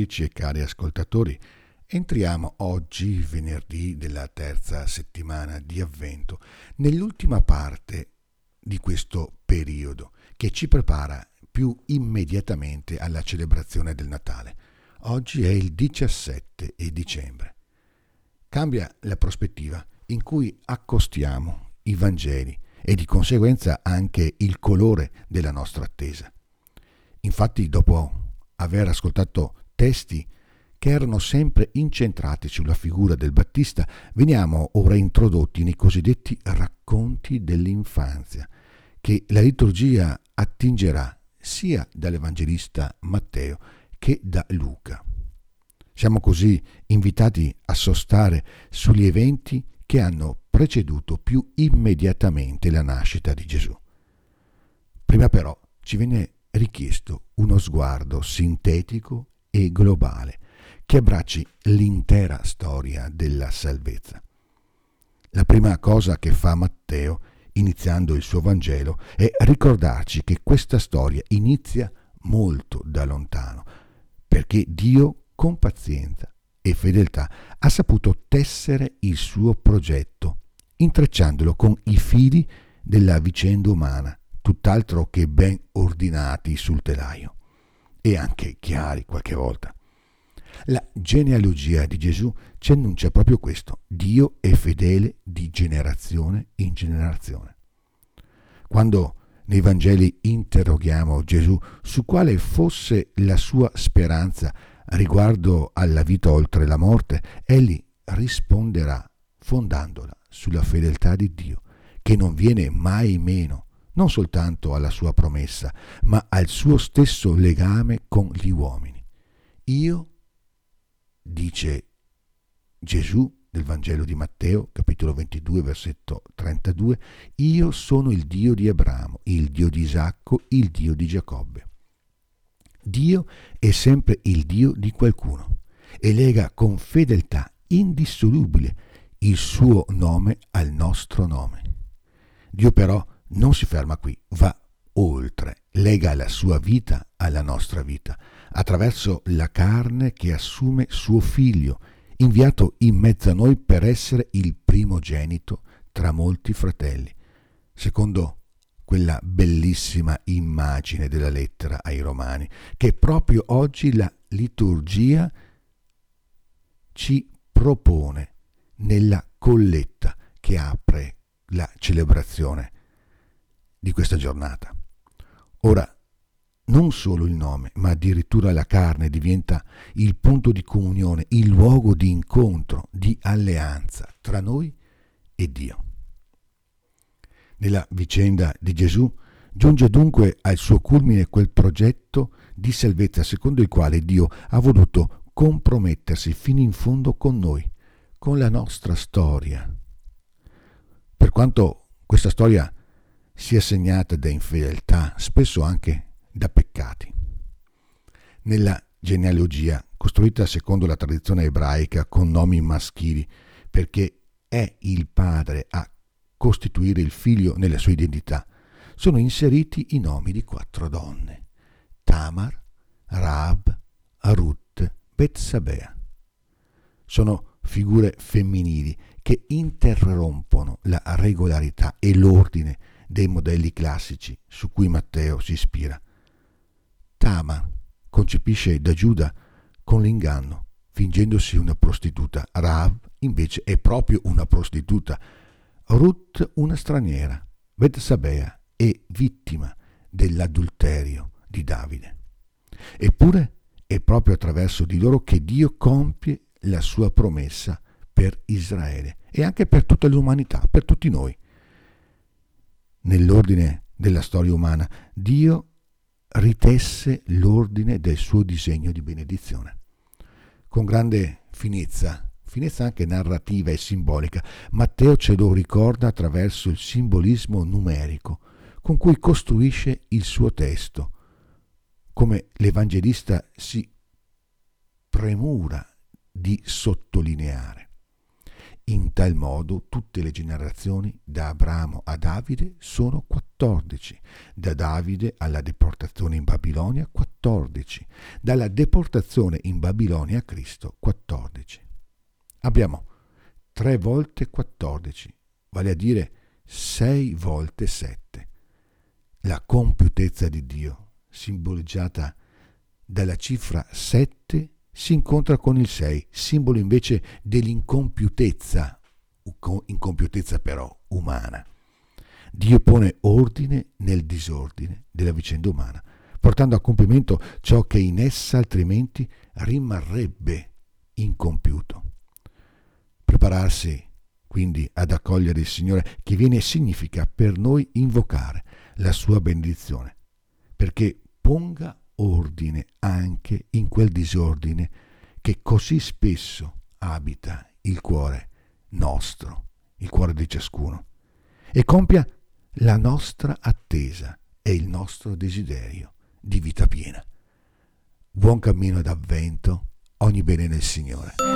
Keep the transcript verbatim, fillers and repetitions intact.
ascoltatrici e cari ascoltatori, entriamo oggi, venerdì della terza settimana di Avvento, nell'ultima parte di questo periodo che ci prepara più immediatamente alla celebrazione del Natale. Oggi è il diciassette di dicembre. Cambia la prospettiva in cui accostiamo i Vangeli e di conseguenza anche il colore della nostra attesa. Infatti, dopo aver ascoltato testi che erano sempre incentrati sulla figura del Battista, veniamo ora introdotti nei cosiddetti racconti dell'infanzia, che la liturgia attingerà sia dall'Evangelista Matteo che da Luca. Siamo così invitati a sostare sugli eventi che hanno preceduto più immediatamente la nascita di Gesù. Prima però ci viene richiesto uno sguardo sintetico e globale che abbracci l'intera storia della salvezza. La prima cosa che fa Matteo, iniziando il suo Vangelo, è ricordarci che questa storia inizia molto da lontano, perché Dio, con pazienza e fedeltà, ha saputo tessere il suo progetto, intrecciandolo con i fili della vicenda umana, tutt'altro che ben ordinati sul telaio, e anche chiari qualche volta. La genealogia di Gesù ci annuncia proprio questo: Dio è fedele di generazione in generazione. Quando nei Vangeli interroghiamo Gesù su quale fosse la sua speranza riguardo alla vita oltre la morte, egli risponderà fondandola sulla fedeltà di Dio, che non viene mai meno, non soltanto alla sua promessa, ma al suo stesso legame con gli uomini. Io, dice Gesù nel Vangelo di Matteo, capitolo ventidue, versetto trentadue, io sono il Dio di Abramo, il Dio di Isacco, il Dio di Giacobbe. Dio è sempre il Dio di qualcuno e lega con fedeltà indissolubile il suo nome al nostro nome. Dio però non si ferma qui, va oltre, lega la sua vita alla nostra vita, attraverso la carne che assume suo figlio, inviato in mezzo a noi per essere il primogenito tra molti fratelli, secondo quella bellissima immagine della lettera ai Romani, che proprio oggi la liturgia ci propone nella colletta che apre la celebrazione di questa giornata. Ora, non solo il nome, ma addirittura la carne diventa il punto di comunione, il luogo di incontro, di alleanza tra noi e Dio. Nella vicenda di Gesù giunge dunque al suo culmine quel progetto di salvezza secondo il quale Dio ha voluto compromettersi fino in fondo con noi, con la nostra storia. Per quanto questa storia sia segnata da infedeltà, spesso anche da peccati. Nella genealogia, costruita secondo la tradizione ebraica con nomi maschili, perché è il padre a costituire il figlio nella sua identità, sono inseriti i nomi di quattro donne: Tamar, Raab, Ruth, Betsabea. Sono figure femminili che interrompono la regolarità e l'ordine dei modelli classici su cui Matteo si ispira. Tamar concepisce da Giuda con l'inganno, fingendosi una prostituta. Raab invece è proprio una prostituta. Ruth una straniera. Betsabea è vittima dell'adulterio di Davide. Eppure è proprio attraverso di loro che Dio compie la sua promessa per Israele e anche per tutta l'umanità, per tutti noi. Nell'ordine della storia umana, Dio ritesse l'ordine del suo disegno di benedizione. Con grande finezza, finezza anche narrativa e simbolica, Matteo ce lo ricorda attraverso il simbolismo numerico con cui costruisce il suo testo, come l'Evangelista si premura di sottolineare. In tal modo tutte le generazioni da Abramo a Davide sono quattordici, da Davide alla deportazione in Babilonia quattordici, dalla deportazione in Babilonia a Cristo quattordici. Abbiamo tre volte quattordici, vale a dire sei volte sette. La compiutezza di Dio, simboleggiata dalla cifra sette, si incontra con il sei, simbolo invece dell'incompiutezza, incompiutezza però umana. Dio pone ordine nel disordine della vicenda umana, portando a compimento ciò che in essa altrimenti rimarrebbe incompiuto. Prepararsi quindi ad accogliere il Signore, che viene significa per noi invocare la sua benedizione, perché ponga ordine anche in quel disordine che così spesso abita il cuore nostro, il cuore di ciascuno, e compia la nostra attesa e il nostro desiderio di vita piena. Buon cammino d'avvento, ogni bene nel Signore.